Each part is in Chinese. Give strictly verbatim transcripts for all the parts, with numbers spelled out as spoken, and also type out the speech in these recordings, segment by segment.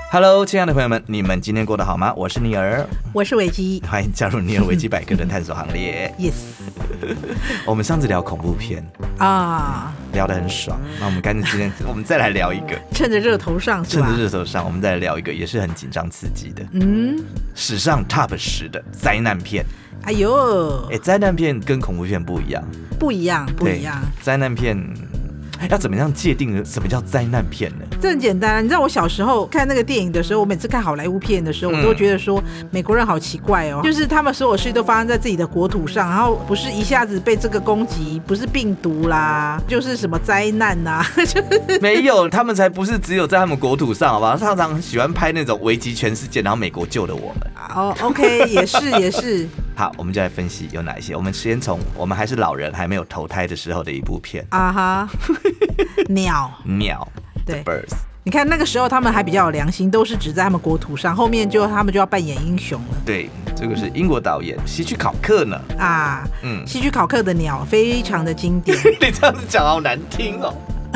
Hello， 亲爱的朋友们，你们今天过得好吗？我是尼尔， 我是维基， 欢迎加入尼尔维基百科的探索行列。 Yes， 我们上次聊恐怖片啊，聊得很爽。那我们干脆今天我们再来聊一个， 趁着热头上是吧？ 趁着热头上，我们再来聊一个，也是很紧张刺激的。嗯，史上 Top 十的灾难片。 哎呦， 哎，灾难片跟恐怖片不一样， 不一样，不一样。 灾难片要怎么样界定什么叫灾难片呢？ 这很简单，你知道我小时候看那个电影的时候，我每次看好莱坞片的时候，我都会觉得说美国人好奇怪哦，就是他们所有事都发生在自己的国土上，然后不是一下子被这个攻击，不是病毒啦，就是什么灾难呐、啊，就是没有，他们才不是只有在他们国土上，好吧？他常常喜欢拍那种危及全世界，然后美国救了我们。 哦 ，OK， 也是也是。 好，我们就来分析有哪一些。我们先从我们还是老人还没有投胎的时候的一部片啊哈，鸟鸟， 对 The Birds。 你看那个时候他们还比较有良心，都是只在他们国土上，后面就他们就要扮演英雄了。 对，这个是英国导演希区考克呢。啊， 嗯，希区考克的鸟非常的经典。 你这样子讲好难听哦。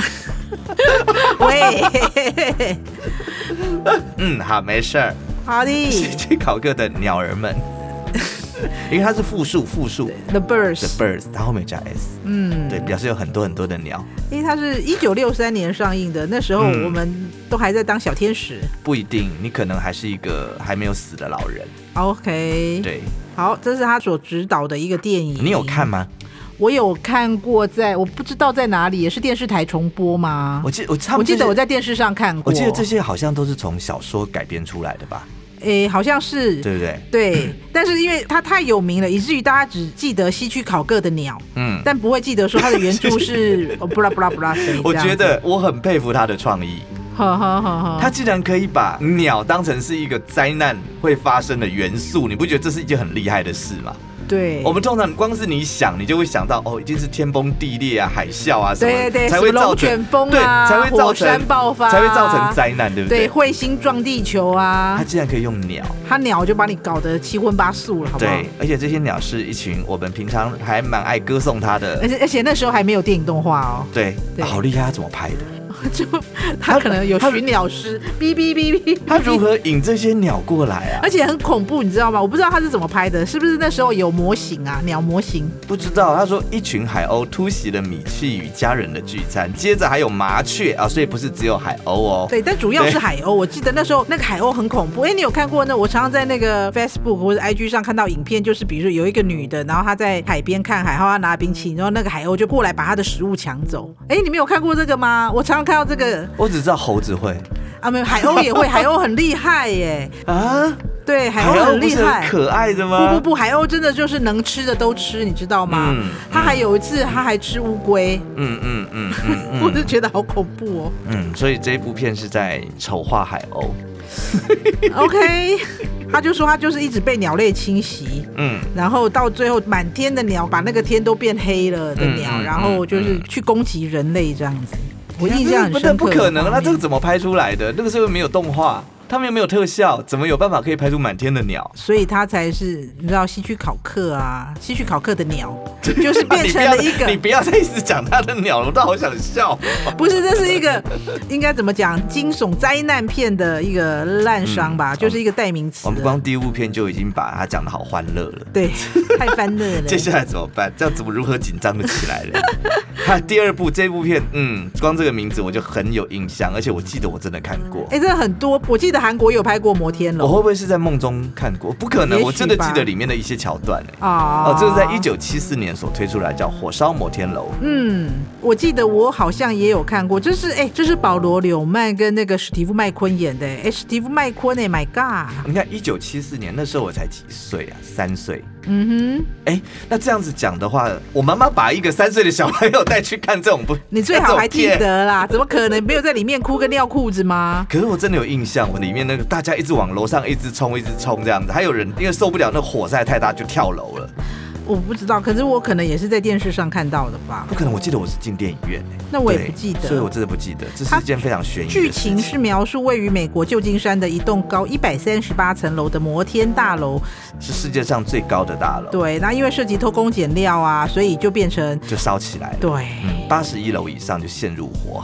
喂， 嗯，好，没事儿。 好的。 希区考克的鸟儿们。因为它是复数，复数 The Birds， The Birds， 它后面加 S， 嗯，对，表示有很多很多的鸟。 因为它是一九六三年上映的，那时候我们都还在当小天使。嗯、 不一定，你可能还是一个还没有死的老人。 OK， 对， 好，这是他所指导的一个电影。 你有看吗？ 我有看过在，在我不知道在哪里，也是电视台重播吗？ 我记我我记得我在电视上看过。 我记得这些好像都是从小说改编出来的吧？ 诶，好像是， 对不对？ 对，但是因为他太有名了，以至于大家只记得希区考克的鸟，嗯，但不会记得说他的原著是布拉布拉布拉谁。 我觉得我很佩服他的创意， 呵呵呵呵， 他竟然可以把鸟当成是一个灾难会发生的元素，你不觉得这是一件很厉害的事吗？ 对， 我们通常光是你想，你就会想到哦，一定是天崩地裂啊、海啸啊什么， 对对， 才会造成龙卷风啊， 对，才会造成火山爆发、啊， 才会造成灾难，对不对？ 对，彗星撞地球啊， 它竟然可以用鸟， 它鸟就把你搞得七荤八素了，好不好？ 对，而且这些鸟是一群我们平常还蛮爱歌颂它的， 而且而且那时候还没有电影动画哦， 对，对啊、好厉害，它怎么拍的？ 就他可能有驯鸟师，哔哔哔哔， 他如何引这些鸟过来啊？ 而且很恐怖，你知道吗？我不知道他是怎么拍的，是不是那时候有模型啊，鸟模型？ 不知道。他说一群海鸥突袭了米奇与家人的聚餐，接着还有麻雀啊，所以不是只有海鸥哦。 对，但主要是海鸥。我记得那时候那个海鸥很恐怖。哎，你有看过那？我常常在那个 Facebook 或者 I G 上看到影片，就是比如说有一个女的，然后她在海边看海，然后她拿冰淇淋，然后那个海鸥就过来把她的食物抢走。哎，你没有看过这个吗？我常常看到这个。 我只知道猴子会啊，没有，海鸥也会，海鸥很厉害耶！啊，对，海鸥很厉害， 很可爱的吗？ 不不不，海鸥真的就是能吃的都吃，你知道吗？嗯，他还有一次他还吃乌龟，嗯嗯嗯嗯嗯，我就觉得好恐怖哦。 嗯，所以这一部片是在丑化海鸥。 OK， 他就说他就是一直被鸟类侵袭，嗯，然后到最后满天的鸟，把那个天都变黑了的鸟，嗯、然后就是去攻击人类这样子。我印象很深刻。 不可能，那这个怎么拍出来的？那个时候没有动画，他们又没有特效，怎么有办法可以拍出满天的鸟？ 所以他才是你知道希区考克啊，希区考克的鸟就是变成了一个。 你不要再一直讲他的鸟了，我都好想笑。 不是，这是一个应该怎么讲惊悚灾难片的一个烂伤吧，嗯、就是一个代名词。 我们光第一部片就已经把它讲得好欢乐了， 对，太欢乐了。 接下来怎么办？这样怎么如何紧张的起来了？他第二部这部片，嗯，光这个名字我就很有印象，而且我记得我真的看过。 哎、欸，真的很多，我记得韩国有拍过《摩天楼》。 我会不会是在梦中看过？不可能，我真的记得里面的一些桥段、欸。哦，哦，这是在一九七四年所推出来，叫《火烧摩天楼》。 嗯，我记得我好像也有看过，这是哎、欸，这是保罗·柳曼跟那个史蒂夫·麦昆演的、欸。哎，史蒂夫·麦昆哎 ，My God！ 你看一九七四年那时候我才几岁啊？三岁。嗯哼，哎，那这样子讲的话，我妈妈把一个三岁的小朋友带去看这种不， 你最好还记得啦，怎么可能没有在里面哭跟尿裤子吗？ 可是我真的有印象，我里面那个大家一直往楼上一直冲，一直冲这样子，还有人因为受不了那火实在太大就跳楼了。 我不知道，可是我可能也是在电视上看到的吧。 不可能，我记得我是进电影院、欸、 那我也不记得， 所以我真的不记得。这是一件非常悬疑的事情。 剧情是描述位于美国旧金山的一栋高一百三十八层楼的摩天大楼， 是世界上最高的大楼。 对，那因为涉及偷工减料啊，所以就变成就烧起来了。 对， 八十一楼以上就陷入火海。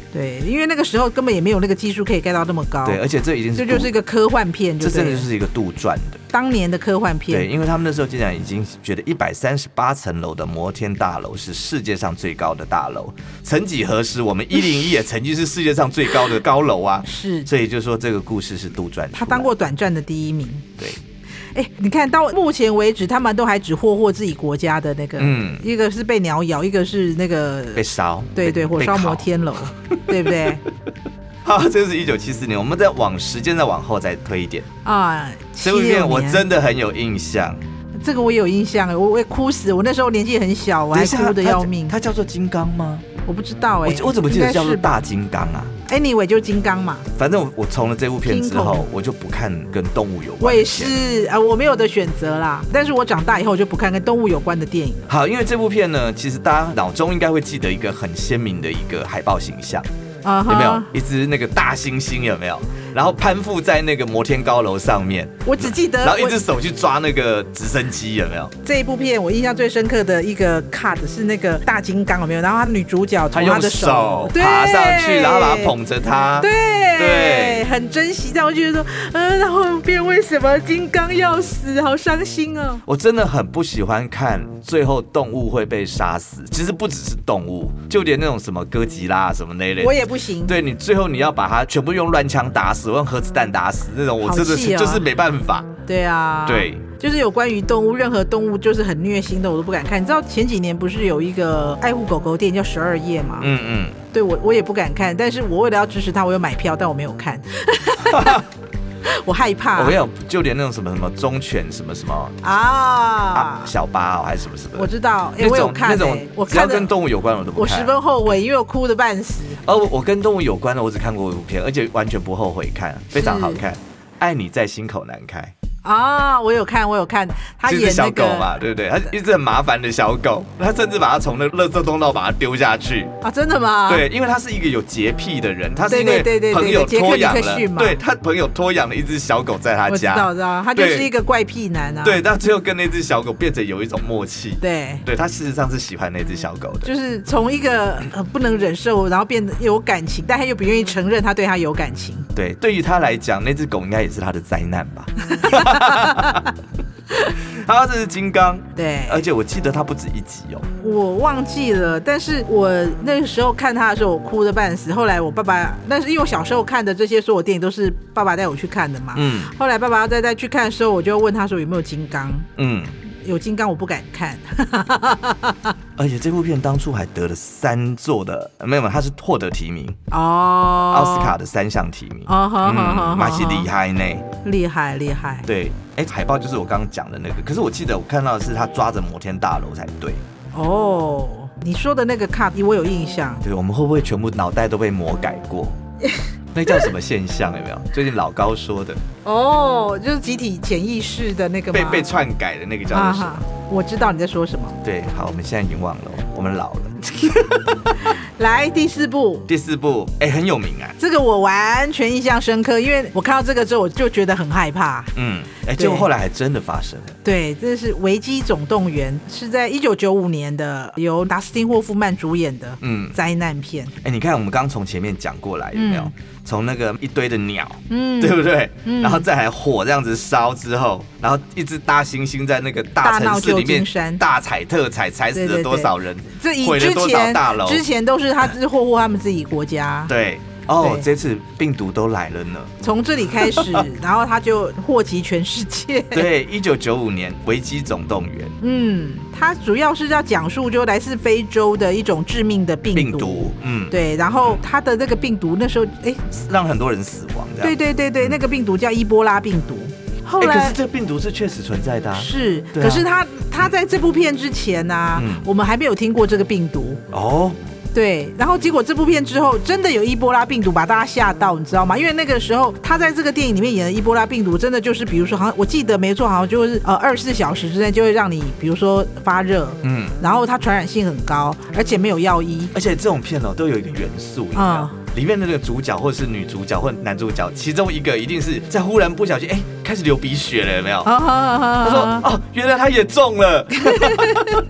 对，因为那个时候根本也没有那个技术可以盖到那么高。 对，而且这已经是这就是一个科幻片就， 这真的就是一个杜撰的当年的科幻片。 对，因为他们那时候竟然已经觉得一百三十八层楼的摩天大楼是世界上最高的大楼。曾几何时，我们一零一也曾经是世界上最高的高楼啊。 是， 所以就说这个故事是杜撰出来的。 他当过短暂的第一名。 对。 哎，你看到目前为止，他们都还只霍霍自己国家的那个，嗯，一个是被鸟咬，一个是那个被烧， 对对，火烧摩天楼，对不对？ 好，这是一九七四年，我们再往时间再往后再推一点啊。这部片我真的很有印象， 这个我有印象，我我也哭死，我那时候年纪很小，我还哭得要命。 它叫做金刚吗？ 我不知道哎、欸， 我我怎么记得叫做大金刚啊 ？Anyway， 就金刚嘛。 反正 我, 我从了这部片之后，我就不看跟动物有关的片。 我也是啊、呃，我没有的选择啦。但是我长大以后就不看跟动物有关的电影了。 好，因为这部片呢，其实大家脑中应该会记得一个很鲜明的一个海报形象。Uh huh. 有没有一只那个大猩猩？有没有？然后攀附在那个摩天高楼上面， 我只记得， 然后一只手去抓那个直升机，有没有？ 这一部片我印象最深刻的一个 cut 是那个大金刚，有没有？然后他女主角从他的手爬上去，然后把它捧着他， 对对， 很珍惜。但我觉得说，呃，然后片为什么金刚要死？好伤心哦！ 我真的很不喜欢看最后动物会被杀死。其实不只是动物，就连那种什么哥吉拉什么那一类， 我也不行。 对你最后你要把它全部用乱枪打死，用核子弹打死那种，我真的是、哦、就是没办法。 对啊， 对， 就是有关于动物，任何动物就是很虐心的，我都不敢看。你知道前几年不是有一个爱护狗狗电影叫《十二夜》吗？嗯嗯，对我我也不敢看，但是我为了要支持他，我有买票，但我没有看。我害怕， 我跟你讲，就连那种什么什么忠犬什么什么 啊, 啊小巴、哦、还是什么什么， 我知道，哎、欸，我有看、欸， 那种我只要跟动物有关我都不看， 我十分后悔，因为我哭得半死。 而我跟动物有关的，我只看过一部片，而且完全不后悔看，非常好看，《爱你在心口难开》。 啊，我有看，我有看，他演、那个、 小狗嘛，对不对？他一只很麻烦的小狗，他甚至把它从那个垃圾通道把它丢下去啊！真的吗？ 对，因为他是一个有洁癖的人，他是因为朋友托养了，对他朋友托养了一只小狗在他家， 我知道，我知道，他就是一个怪癖男啊。 对，但最后跟那只小狗变成有一种默契。 对， 对他事实上是喜欢那只小狗的， 就是从一个、呃、不能忍受，然后变得有感情，但他又不愿意承认他对他有感情。 对，对于他来讲，那只狗应该也是他的灾难吧。好，这是金刚， 对， 而且我记得他不止一集哦， 我忘记了，但是我那个时候看他的时候，我哭得半死。后来我爸爸，那是因为我小时候看的这些所有电影都是爸爸带我去看的嘛，嗯，后来爸爸要再再去看的时候，我就问他说有没有金刚，嗯。有金刚我不敢看， 而且这部片当初还得了三座的，没有，他是获得提名哦，奥斯卡的三项提名哦，好好好，蛮是厉害呢， 厉害厉害。 对，哎，海报就是我刚刚讲的那个，可是我记得我看到的是他抓着摩天大楼才对。哦， 你说的那个 cut 我有印象。 对，我们会不会全部脑袋都被魔改过？那叫什么现象？有没有？最近老高说的哦，就是集体潜意识的那个被被篡改的那个叫做什么、啊？ 我知道你在说什么。 对，好，我们现在已经忘了，我们老了。 来第四部， 第四部，哎、欸，很有名啊。 这个我完全印象深刻，因为我看到这个之后，我就觉得很害怕。嗯， 哎、欸，结果后来还真的发生了。 对，这是《危机总动员》，是在一九九五年的，由达斯汀霍夫曼主演的，嗯，灾难片。 哎、欸，你看我们刚从前面讲过来，有没有？嗯，从那个一堆的鸟，嗯，对不对？嗯，然后再来火这样子烧之后，然后一只大猩猩在那个大城市里面大踩特踩，踩死了多少人？ 这以毁了多少大楼？ 之前都是他是霍霍他们自己国家。 对。哦，这次病毒都来了呢。 从这里开始，然后他就祸及全世界。 对，一九九五年《危机总动员》。嗯， 它主要是要讲述就来自非洲的一种致命的病毒。 病毒，嗯， 对。然后它的那个病毒那时候，哎， 让很多人死亡。这样。 对对对对，那个病毒叫伊波拉病毒。后来， 可是这个病毒是确实存在的、啊。 是，啊、可是他他在这部片之前呢、啊，嗯、我们还没有听过这个病毒。哦。对，然后结果这部片之后真的有伊波拉病毒把大家吓到，你知道吗？因为那个时候他在这个电影里面演的伊波拉病毒真的就是比如说好像我记得没错好像就是呃二十四小时之内就会让你比如说发热，嗯，然后它传染性很高，而且没有药医， 而且这种片哦都有一个元素，有没有？嗯，里面的那个主角或是女主角或男主角其中一个一定是在忽然不小心哎开始流鼻血了，有没有？他说哦原来他也中了。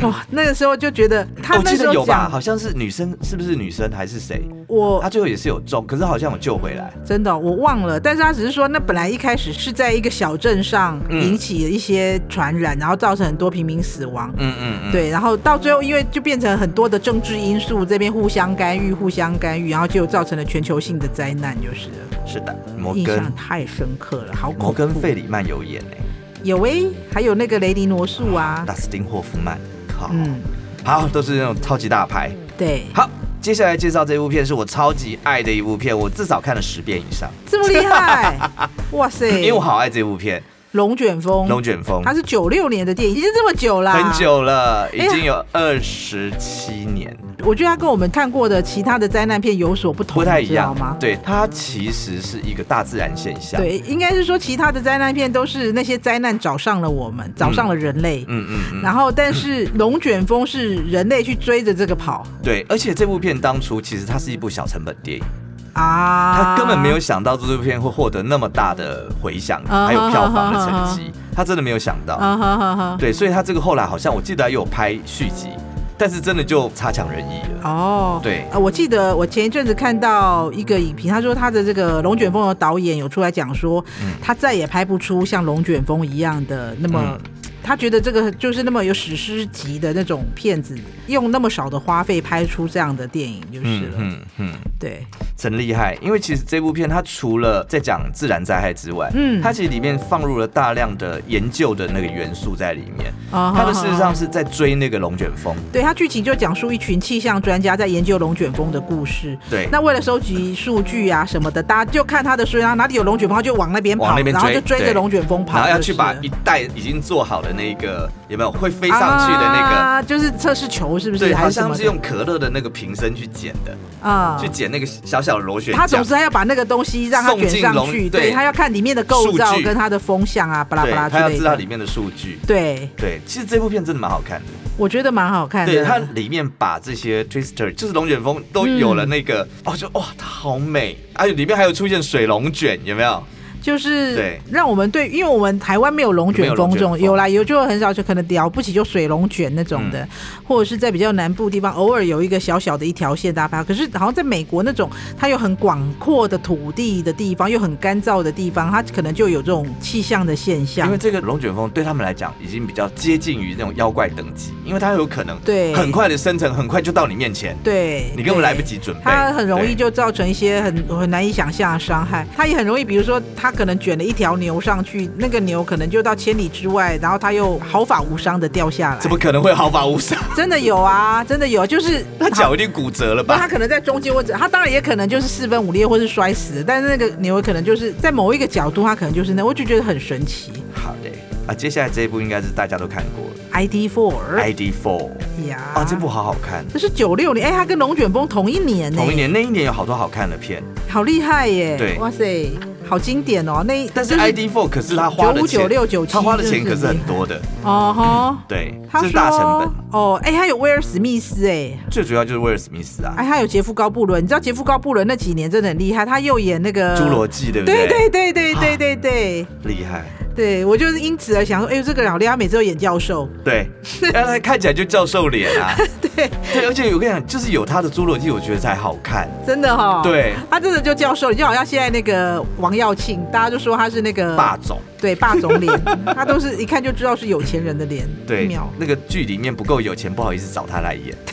哇，那个时候就觉得他那时候讲、哦、 我记得有吧，好像是女生，是不是女生还是谁？ 我他最后也是有中，可是好像有救回来。 真的、哦、我忘了，但是他只是说那本来一开始是在一个小镇上引起了一些传染、嗯、然后造成很多平民死亡。嗯嗯嗯，对，然后到最后因为就变成很多的政治因素这边互相干预互相干预，然后就造成了全球性的灾难就是了。 是的，摩根印象太深刻了，好恐怖。 摩根费里曼有演、欸、 有哎、欸，还有那个雷迪罗素啊， 达斯汀霍夫曼，靠，嗯，好，都是那种超级大牌。 对， 好，接下来介绍这部片是我超级爱的一部片，我至少看了十遍以上， 这么厉害，哇塞！ 因为我好爱这部片。 龙卷风， 龙卷风， 它是九六年的电影，已经这么久了， 很久了，已经有二十七年。 我觉得它跟我们看过的其他的灾难片有所不同， 不太一样吗？ 对，它其实是一个大自然现象。 对，应该是说其他的灾难片都是那些灾难找上了我们，找上了人类。嗯嗯嗯。然后，但是龙卷风是人类去追着这个跑。 对，而且这部片当初其实它是一部小成本电影。 啊， 他根本没有想到这部片会获得那么大的回响，啊、还有票房的成绩，啊、他真的没有想到。啊、对，所以他这个后来好像我记得又有拍续集，但是真的就差强人意了。哦，对， 呃，我记得我前一阵子看到一个影评，他说他的这个龙卷风的导演有出来讲说，嗯、他再也拍不出像龙卷风一样的那么。嗯，他觉得这个就是那么有史诗级的那种片子，用那么少的花费拍出这样的电影就是了。嗯嗯，对， 真厉害。因为其实这部片它除了在讲自然灾害之外，嗯，它其实里面放入了大量的研究的那个元素在里面。哦，它的事实上是在追那个龙卷风。 对，它剧情就讲述一群气象专家在研究龙卷风的故事。 对， 那为了收集数据啊什么的，大家就看他的书，然后哪里有龙卷风，他就往那边跑， 往那边追， 然后就追着龙卷风跑， 然后要去把一袋已经做好的那个有没有会飞上去的那个， 啊、就是测试球是不是？ 对，好像是用可乐的那个瓶身去捡的啊，去捡那个小小的螺旋桨。 他总是还要把那个东西让它卷上去，对，对他要看里面的构造跟它的风向啊，巴拉巴拉之类的， 他要知道里面的数据。 对对，其实这部片真的蛮好看的， 我觉得蛮好看的。 对，它里面把这些 twister 就是龙卷风都有了那个，嗯、哦，就哇，它好美，而且里面还有出现水龙卷，有没有？ 就是让我们对，因为我们台湾没有龙卷风这种，有啦有就很少，就可能了不起就水龙卷那种的，嗯、或者是在比较南部地方偶尔有一个小小的一条线搭配。可是好像在美国那种它有很广阔的土地的地方，又很干燥的地方，它可能就有这种气象的现象。 因为这个龙卷风对他们来讲已经比较接近于那种妖怪等级，因为它有可能对很快的生成，很快就到你面前，对你根本来不及准备， 它很容易就造成一些很很难以想象的伤害。它也很容易，比如说它可能卷了一条牛上去，那个牛可能就到千里之外，然后它又毫发无伤的掉下来。 怎么可能会毫发无伤？ 真的有啊，真的有，就是他脚一定骨折了吧？ 他可能在中间或者他当然也可能就是四分五裂或是摔死，但是那个牛可能就是在某一个角度，他可能就是那，我就觉得很神奇。 好的啊，接下来这一部应该是大家都看过了 ，I D four I D four 呀，啊，这部好好看， 这是九六年，哎，它跟龙卷风同一年呢， 同一年，那一年有好多好看的片， 好厉害耶！ 对， 哇塞。好经典哦，那但是 I D four 可是他花的钱， 九五九六九七， 他花的钱可是很多的哦哈，对，这是大成本哦。哎，他有威尔史密斯哎， 最主要就是威尔史密斯啊。 哎，他有杰夫高布伦，你知道杰夫高布伦那几年真的很厉害，他又演那个侏罗纪，对不对？ 对对对对对对对， 厉害。 对，我就是因此而想说，哎呦，这个老厉害，他每次都演教授， 对，让他看起来就教授脸啊， 对对，而且我跟你讲，就是有他的侏罗纪，我觉得才好看， 真的哈、哦， 对， 他真的就教授，就好像现在那个王耀庆，大家就说他是那个霸总， 对，霸总脸，他都是一看就知道是有钱人的脸， 对，那个剧里面不够有钱，不好意思找他来演。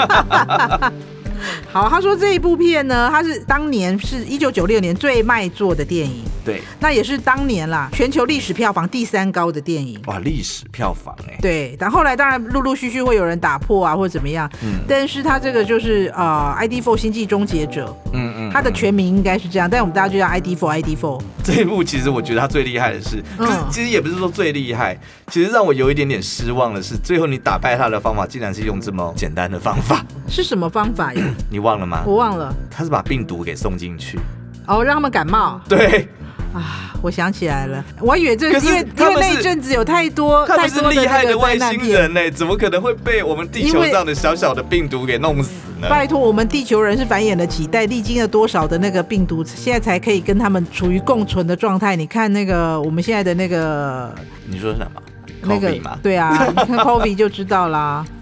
好，他说这一部片呢，它是当年是一九九六年最卖座的电影， 对， 那也是当年啦全球历史票房第三高的电影。 哇，历史票房哎、欸， 对，但后来当然陆陆续续会有人打破啊，或者怎么样，嗯，但是他这个就是呃 I D four 星际终结者，嗯嗯，他的全名应该是这样，但我们大家就叫 I D four I D four。 这一部其实我觉得他最厉害的是，可是其实也不是说最厉害，其实让我有一点点失望的是，最后你打败他的方法竟然是用这么简单的方法， 是什么方法呀？ 你忘了吗？ 我忘了， 他是把病毒给送进去， 哦，让他们感冒。 对。 啊，我想起来了，我还以为这因为因为那一阵子有太多他们是厉害的外星人呢、欸，怎么可能会被我们地球上的小小的病毒给弄死呢？ 拜托，我们地球人是繁衍了几代，历经了多少的那个病毒，现在才可以跟他们处于共存的状态。你看那个我们现在的那个， 你说什么？ 那个对啊，你看 COVID 就知道啦。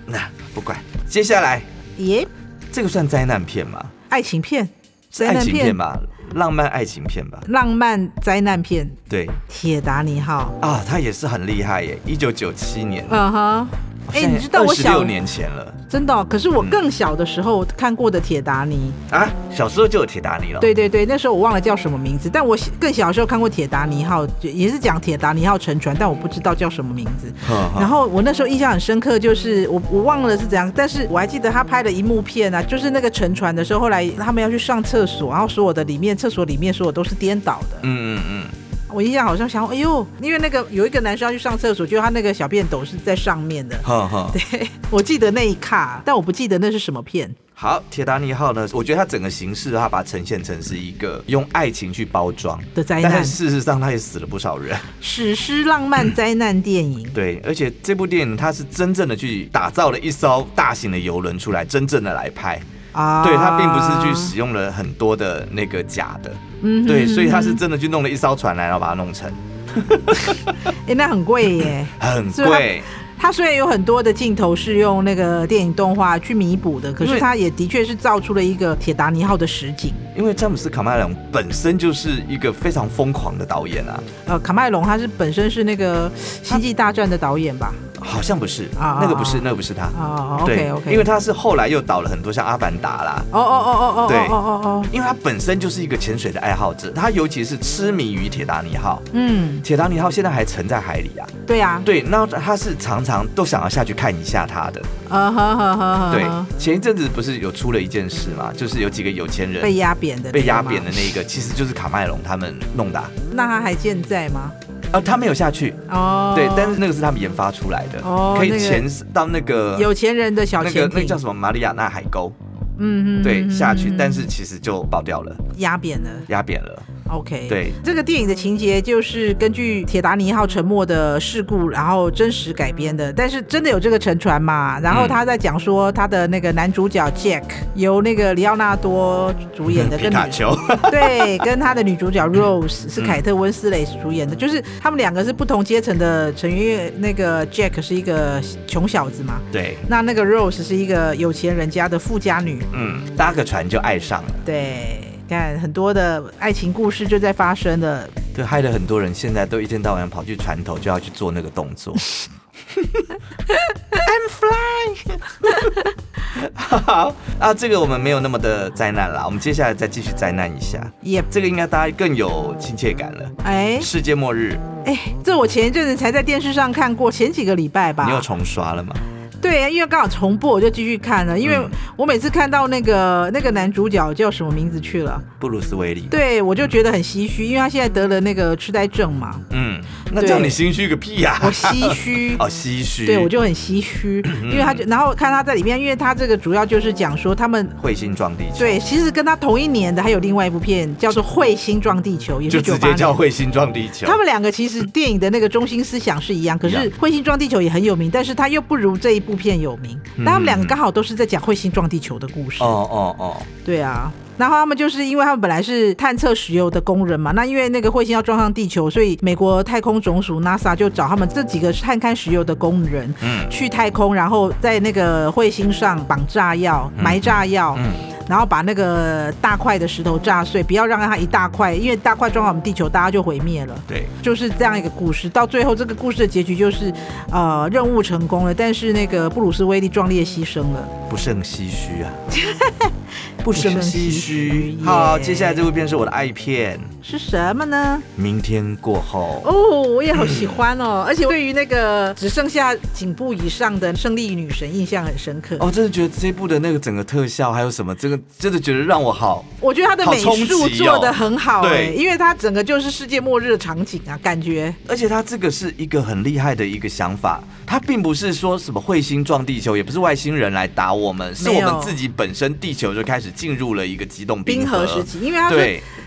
那不管，接下来耶， 这个算灾难片吗？ 爱情片，灾爱难片情片吧，浪漫爱情片吧， 浪漫灾难片。 对， 铁达尼号啊，他也是很厉害耶，一九九七年。 嗯哼。哎、欸，你知道我小二十六年前了， 真的、哦。可是我更小的时候看过的铁达尼、 嗯、啊，小时候就有铁达尼了。 对对对，那时候我忘了叫什么名字，但我更小的时候看过铁达尼号，也是讲铁达尼号沉船，但我不知道叫什么名字。呵呵然后我那时候印象很深刻，就是我我忘了是怎样，但是我还记得他拍了一幕片啊，就是那个沉船的时候，后来他们要去上厕所，然后所有的里面厕所里面所有都是颠倒的。 嗯嗯嗯。 我印象好像想，哎呦，因为那个有一个男生要去上厕所，就他那个小便斗是在上面的。呵呵对，我记得那一卡，但我不记得那是什么片。 好，铁达尼号呢？我觉得它整个形式，它把它呈现成是一个用爱情去包装的灾难， 但是事实上它也死了不少人。 史诗浪漫灾难电影、嗯。 对，而且这部电影它是真正的去打造了一艘大型的邮轮出来，真正的来拍。啊，对，它并不是去使用了很多的那个假的，嗯，对，所以它是真的去弄了一艘船来，然后把它弄成。 哎、欸，那很贵耶， 很贵。 它虽然有很多的镜头是用那个电影动画去弥补的，可是它也的确是造出了一个铁达尼号的实景。 因为詹姆斯·卡麦隆本身就是一个非常疯狂的导演啊。 呃，卡麦隆他是本身是那个《星际大战》的导演吧？ 好像不是，啊、那个不是，那个不是他。 哦、 对 ，OK OK， 因为他是后来又导了很多像《阿凡达》啦。 哦哦哦哦哦， 对哦哦哦， 因为他本身就是一个潜水的爱好者，他尤其是痴迷于铁达尼号。嗯，铁达尼号现在还沉在海里啊。 对啊， 对，那他是常常都想要下去看一下他的。 啊哈哈哈！ 对，前一阵子不是有出了一件事嘛，就是有几个有钱人被压扁的， 被压扁的那个，其实就是卡麦隆他们弄的、啊。 那他还健在吗？ 呃，他没有下去哦，对，但是那个是他们研发出来的，哦、可以潜到那个有钱人的小潜艇， 那个那个叫什么马里亚纳海沟，嗯，对，下去，但是其实就爆掉了， 压扁了， 压扁了。 OK， 对， 这个电影的情节就是根据铁达尼号沉没的事故，然后真实改编的。但是真的有这个沉船嘛？然后他在讲说他的那个男主角 Jack 由那个里奥纳多主演的， 跟皮卡丘对，跟他的女主角 Rose 是凯特温斯雷主演的，嗯、就是他们两个是不同阶层的成员。因为那个 Jack 是一个穷小子嘛， 对， 那那个 Rose 是一个有钱人家的富家女， 嗯，搭个船就爱上了， 对。看很多的爱情故事就在发生了， 对，害了很多人现在都一天到晚跑去船头就要去做那个动作。I'm flying 好啊，这个我们没有那么的灾难啦，我们接下来再继续灾难一下。 Yep， 这个应该大家更有亲切感了。哎，世界末日。 哎，这我前一阵子才在电视上看过，前几个礼拜吧。 你有重刷了吗？ 对，因为刚好重播，我就继续看了。因为我每次看到那个那个男主角叫什么名字去了？ 布鲁斯威利。 对，我就觉得很唏嘘，因为他现在得了那个痴呆症嘛。 嗯，那叫你心虚个屁呀、啊！ 我唏嘘哦，唏嘘。 对，我就很唏嘘，因为他就然后看他在里面，因为他这个主要就是讲说他们彗星撞地球。 对，其实跟他同一年的还有另外一部片叫做《彗星撞地球》，也是就直接叫彗星撞地球。 他们两个其实电影的那个中心思想是一样，可是彗星撞地球也很有名，但是他又不如这一部片有名。但他们两个刚好都是在讲彗星撞地球的故事。 哦哦哦， 对啊。然后他们就是因为他们本来是探测石油的工人嘛，那因为那个彗星要撞上地球，所以美国太空总署 NASA 就找他们这几个探勘石油的工人，嗯，去太空，然后在那个彗星上绑炸药、埋炸药，嗯。嗯然后把那个大块的石头炸碎，不要让它一大块，因为大块撞到我们地球，大家就毁灭了。 对， 就是这样一个故事。到最后，这个故事的结局就是，呃，任务成功了，但是那个布鲁斯威利壮烈牺牲了， 不胜唏嘘啊，不胜唏嘘。好，接下来这部片是我的爱片， 是什么呢？ 明天过后。 哦，我也好喜欢哦，而且对于那个只剩下颈部以上的胜利女神印象很深刻。 哦，真的觉得这部的那个整个特效还有什么这个。真的觉得让我好， 我觉得他的美术做得很好、欸， 对， 因为他整个就是世界末日的场景啊，感觉。 而且他这个是一个很厉害的一个想法，他并不是说什么彗星撞地球，也不是外星人来打我们，是我们自己本身地球就开始进入了一个极冻冰河冰河时期，因为他是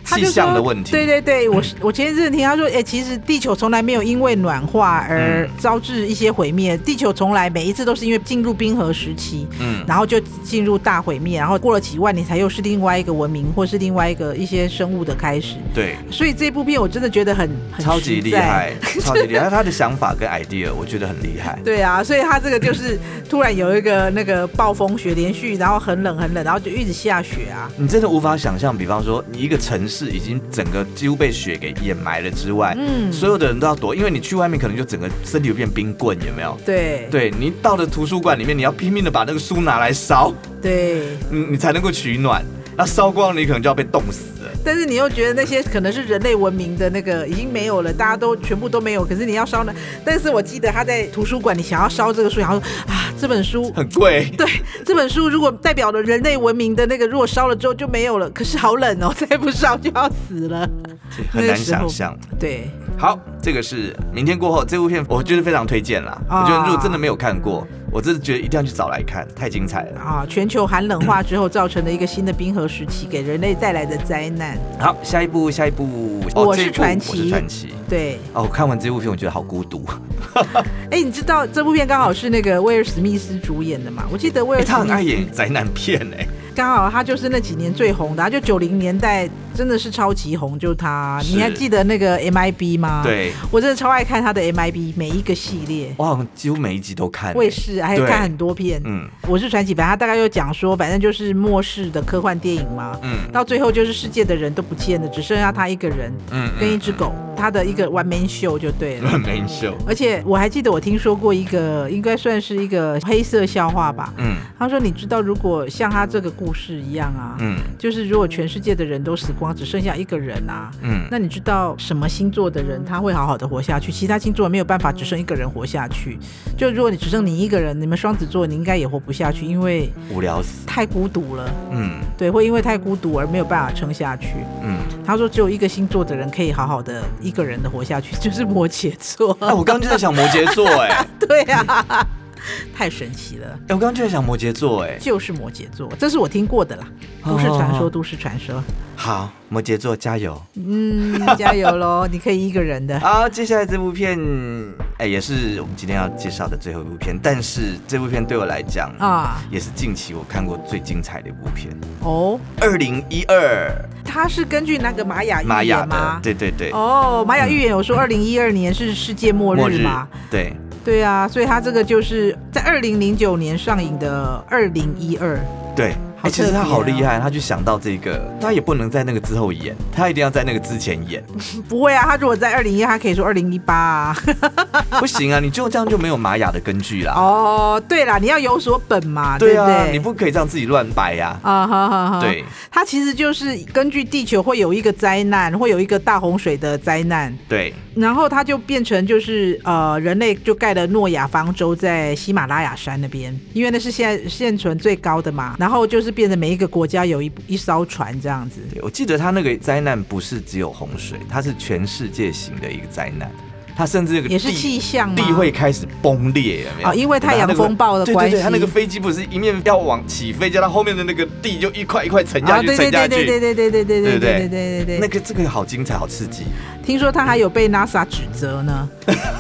气象的问题。 对对对，我我前一阵听他说，哎、欸，其实地球从来没有因为暖化而招致一些毁灭，嗯、地球从来每一次都是因为进入冰河时期，嗯，然后就进入大毁灭，然后过了几万年才又是另外一个文明或是另外一个一些生物的开始。 对， 所以这部片我真的觉得很很超级厉害，超级厉害，他的想法跟 idea 我觉得很厉害。 对啊，所以他这个就是突然有一个那个暴风雪连续，然后很冷很冷，然后就一直下雪啊， 你真的无法想象，比方说你一个城市已经整个几乎被雪给掩埋了之外，嗯，所有的人都要躲，因为你去外面可能就整个身体会变冰棍，有没有？ 对， 对你到了图书馆里面，你要拼命的把那个书拿来烧， 对， 你你才能够取暖，那烧光了你可能就要被冻死。 但是你又觉得那些可能是人类文明的那个已经没有了，大家都全部都没有，可是你要烧呢？但是我记得他在图书馆，你想要烧这个书，然后啊，这本书很贵， 对，这本书如果代表了人类文明的那个，如果烧了之后就没有了，可是好冷哦，再不烧就要死了， 很难想象。 对， 好，这个是明天过后这部片，我觉得非常推荐啦。啊、我觉得如果真的没有看过，我真的觉得一定要去找来看，太精彩了啊！全球寒冷化之后造成的一个新的冰河时期，给人类带来的灾难。 好，下一部，下一部， 哦、我是传奇， 我是传奇。 对， 哦，我看完这部片，我觉得好孤独。 哎、欸，你知道这部片刚好是那个威尔史密斯主演的嘛？我记得威尔史密斯、 欸、他很爱演灾难片哎、欸。 刚好他就是那几年最红的，他就九零年代真的是超级红，就他。你还记得那个 M I B 吗？ 对， 我真的超爱看他的 M I B 每一个系列， 我好像几乎每一集都看、欸。 我也是，还看很多片。嗯，我是传奇，反正他大概又讲说，反正就是末世的科幻电影嘛。嗯，到最后就是世界的人都不见了，只剩下他一个人，嗯，跟一只狗，嗯、他的一个 one man show 就对了。 one man show。 而且我还记得我听说过一个，应该算是一个黑色笑话吧。嗯，他说你知道如果像他这个故事一样啊。嗯，就是如果全世界的人都死光，只剩下一个人啊，嗯，那你知道什么星座的人他会好好的活下去？其他星座没有办法只剩一个人活下去。就如果你只剩你一个人，你们双子座你应该也活不下去，因为无聊死， 太孤独了。嗯，对，会因为太孤独而没有办法撑下去。嗯，他说只有一个星座的人可以好好的一个人的活下去，就是摩羯座。 哎、啊，我刚刚就在想摩羯座、欸，哎， 对啊。太神奇了！ 哎、欸，我刚刚就在想摩羯座，哎， 就是摩羯座，这是我听过的啦，都市传说，都市传说。 好，摩羯座加油！ 嗯，加油咯！你可以一个人的。 好，接下来这部片，哎、欸，也是我们今天要介绍的最后一部片，但是这部片对我来讲啊，也是近期我看过最精彩的一部片哦。二零一二， 它是根据那个玛雅预言吗？ 对对对。 哦，玛雅预言有说二零一二年是世界末日嘛？ 对。 对啊，所以他这个就是在二零零九年上映的二零一二。 对，哎、欸，其实他好厉害，他就想到这个，他也不能在那个之后演，他一定要在那个之前演。 不会啊，他如果在二零一，他可以说二零一八啊。 不行啊，你就这样就没有玛雅的根据啦。 哦，对啦，你要有所本嘛， 对啊， 对不对？ 你不可以这样自己乱掰呀。啊， 好好好， 对， 他其实就是根据地球会有一个灾难，会有一个大洪水的灾难。 对。 然后它就变成就是呃，人类就盖了诺亚方舟在喜马拉雅山那边，因为那是现在现存最高的嘛。然后就是变成每一个国家有一一艘船这样子。 我记得它那个灾难不是只有洪水，它是全世界型的一个灾难。它甚至那个也是气象吗？ 地会开始崩裂，有没有？ 哦，因为太阳风暴的关系。 对对对，它那个飞机不是一面要往起飞，加到后面的那个地就一块一块沉下去，沉下去。 对对对对对对对对对对对对。 那个这个好精彩，好刺激。 听说他还有被 NASA 指责呢。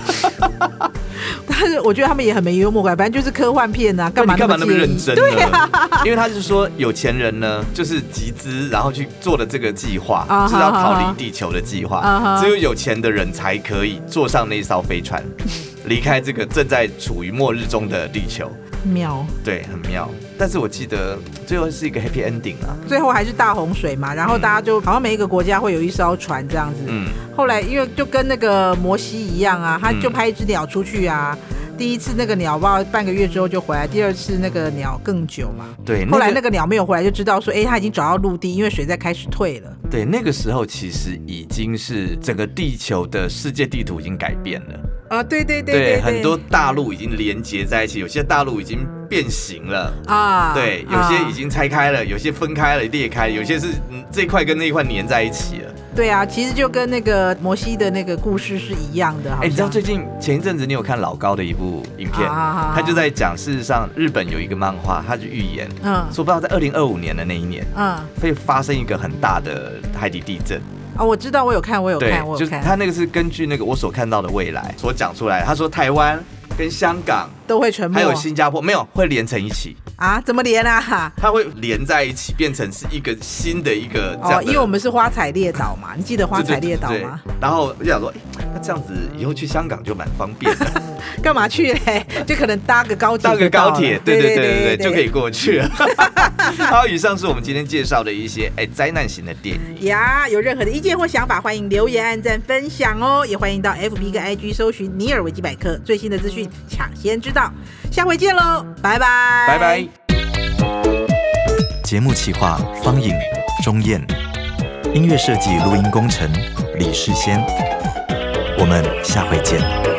但是我觉得他们也很没幽默感，反正就是科幻片啊，干嘛那么那么认真呢？ 对啊， 因为他是说有钱人呢，就是集资然后去做了这个计划，就是要逃离地球的计划，只有有钱的人才可以坐上那艘飞船，离开这个正在处于末日中的地球。 妙， 对，很妙。但是我记得最后是一个 happy ending 啊， 最后还是大洪水嘛，然后大家就好像每一个国家会有一艘船这样子。嗯，后来因为就跟那个摩西一样啊，他就派一只鸟出去啊。嗯，第一次那个鸟不知道半个月之后就回来，第二次那个鸟更久嘛。 对， 后来那个鸟没有回来，就知道说，哎，它已经找到陆地，因为水在开始退了。 对，那个时候其实已经是整个地球的世界地图已经改变了。 啊，对对 对, 对, 对, 对， 很多大陆已经连接在一起，有些大陆已经变形了啊，对，有些已经拆开了，有些分开了裂开了，有些是、嗯、这一块跟那一块粘在一起了。 对啊，其实就跟那个摩西的那个故事是一样的。哎、欸， 你知道最近前一阵子你有看老高的一部影片，啊、他就在讲，事实上日本有一个漫画，他就预言，嗯，说不知道在二零二五年的那一年，嗯，会发生一个很大的海底地震。 啊、哦，我知道，我有看，我有看，我有看。 就是他那个是根据那个我所看到的未来所讲出来。他说台湾跟香港都会沉没， 还有新加坡没有会连成一起。 啊？怎么连啊？ 它会连在一起，变成是一个新的一个这样的。 哦，因为我们是花彩列岛嘛，你记得花彩列岛吗？对对对对。 然后我就想说，欸，那这样子以后去香港就蛮方便的。 干嘛去嘞？就可能搭个高铁， 搭个高铁，对对对对对，就可以过去了。好，以上是我们今天介绍的一些哎灾难型的电影呀。有任何的意见或想法，欢迎留言、按赞、分享哦。也欢迎到 F B 跟 I G 搜寻尼尔维基百科，最新的资讯抢先知道。下回见喽，拜拜， 拜拜。 节目企划方颖、钟燕，音乐设计、录音工程李世先。我们下回见。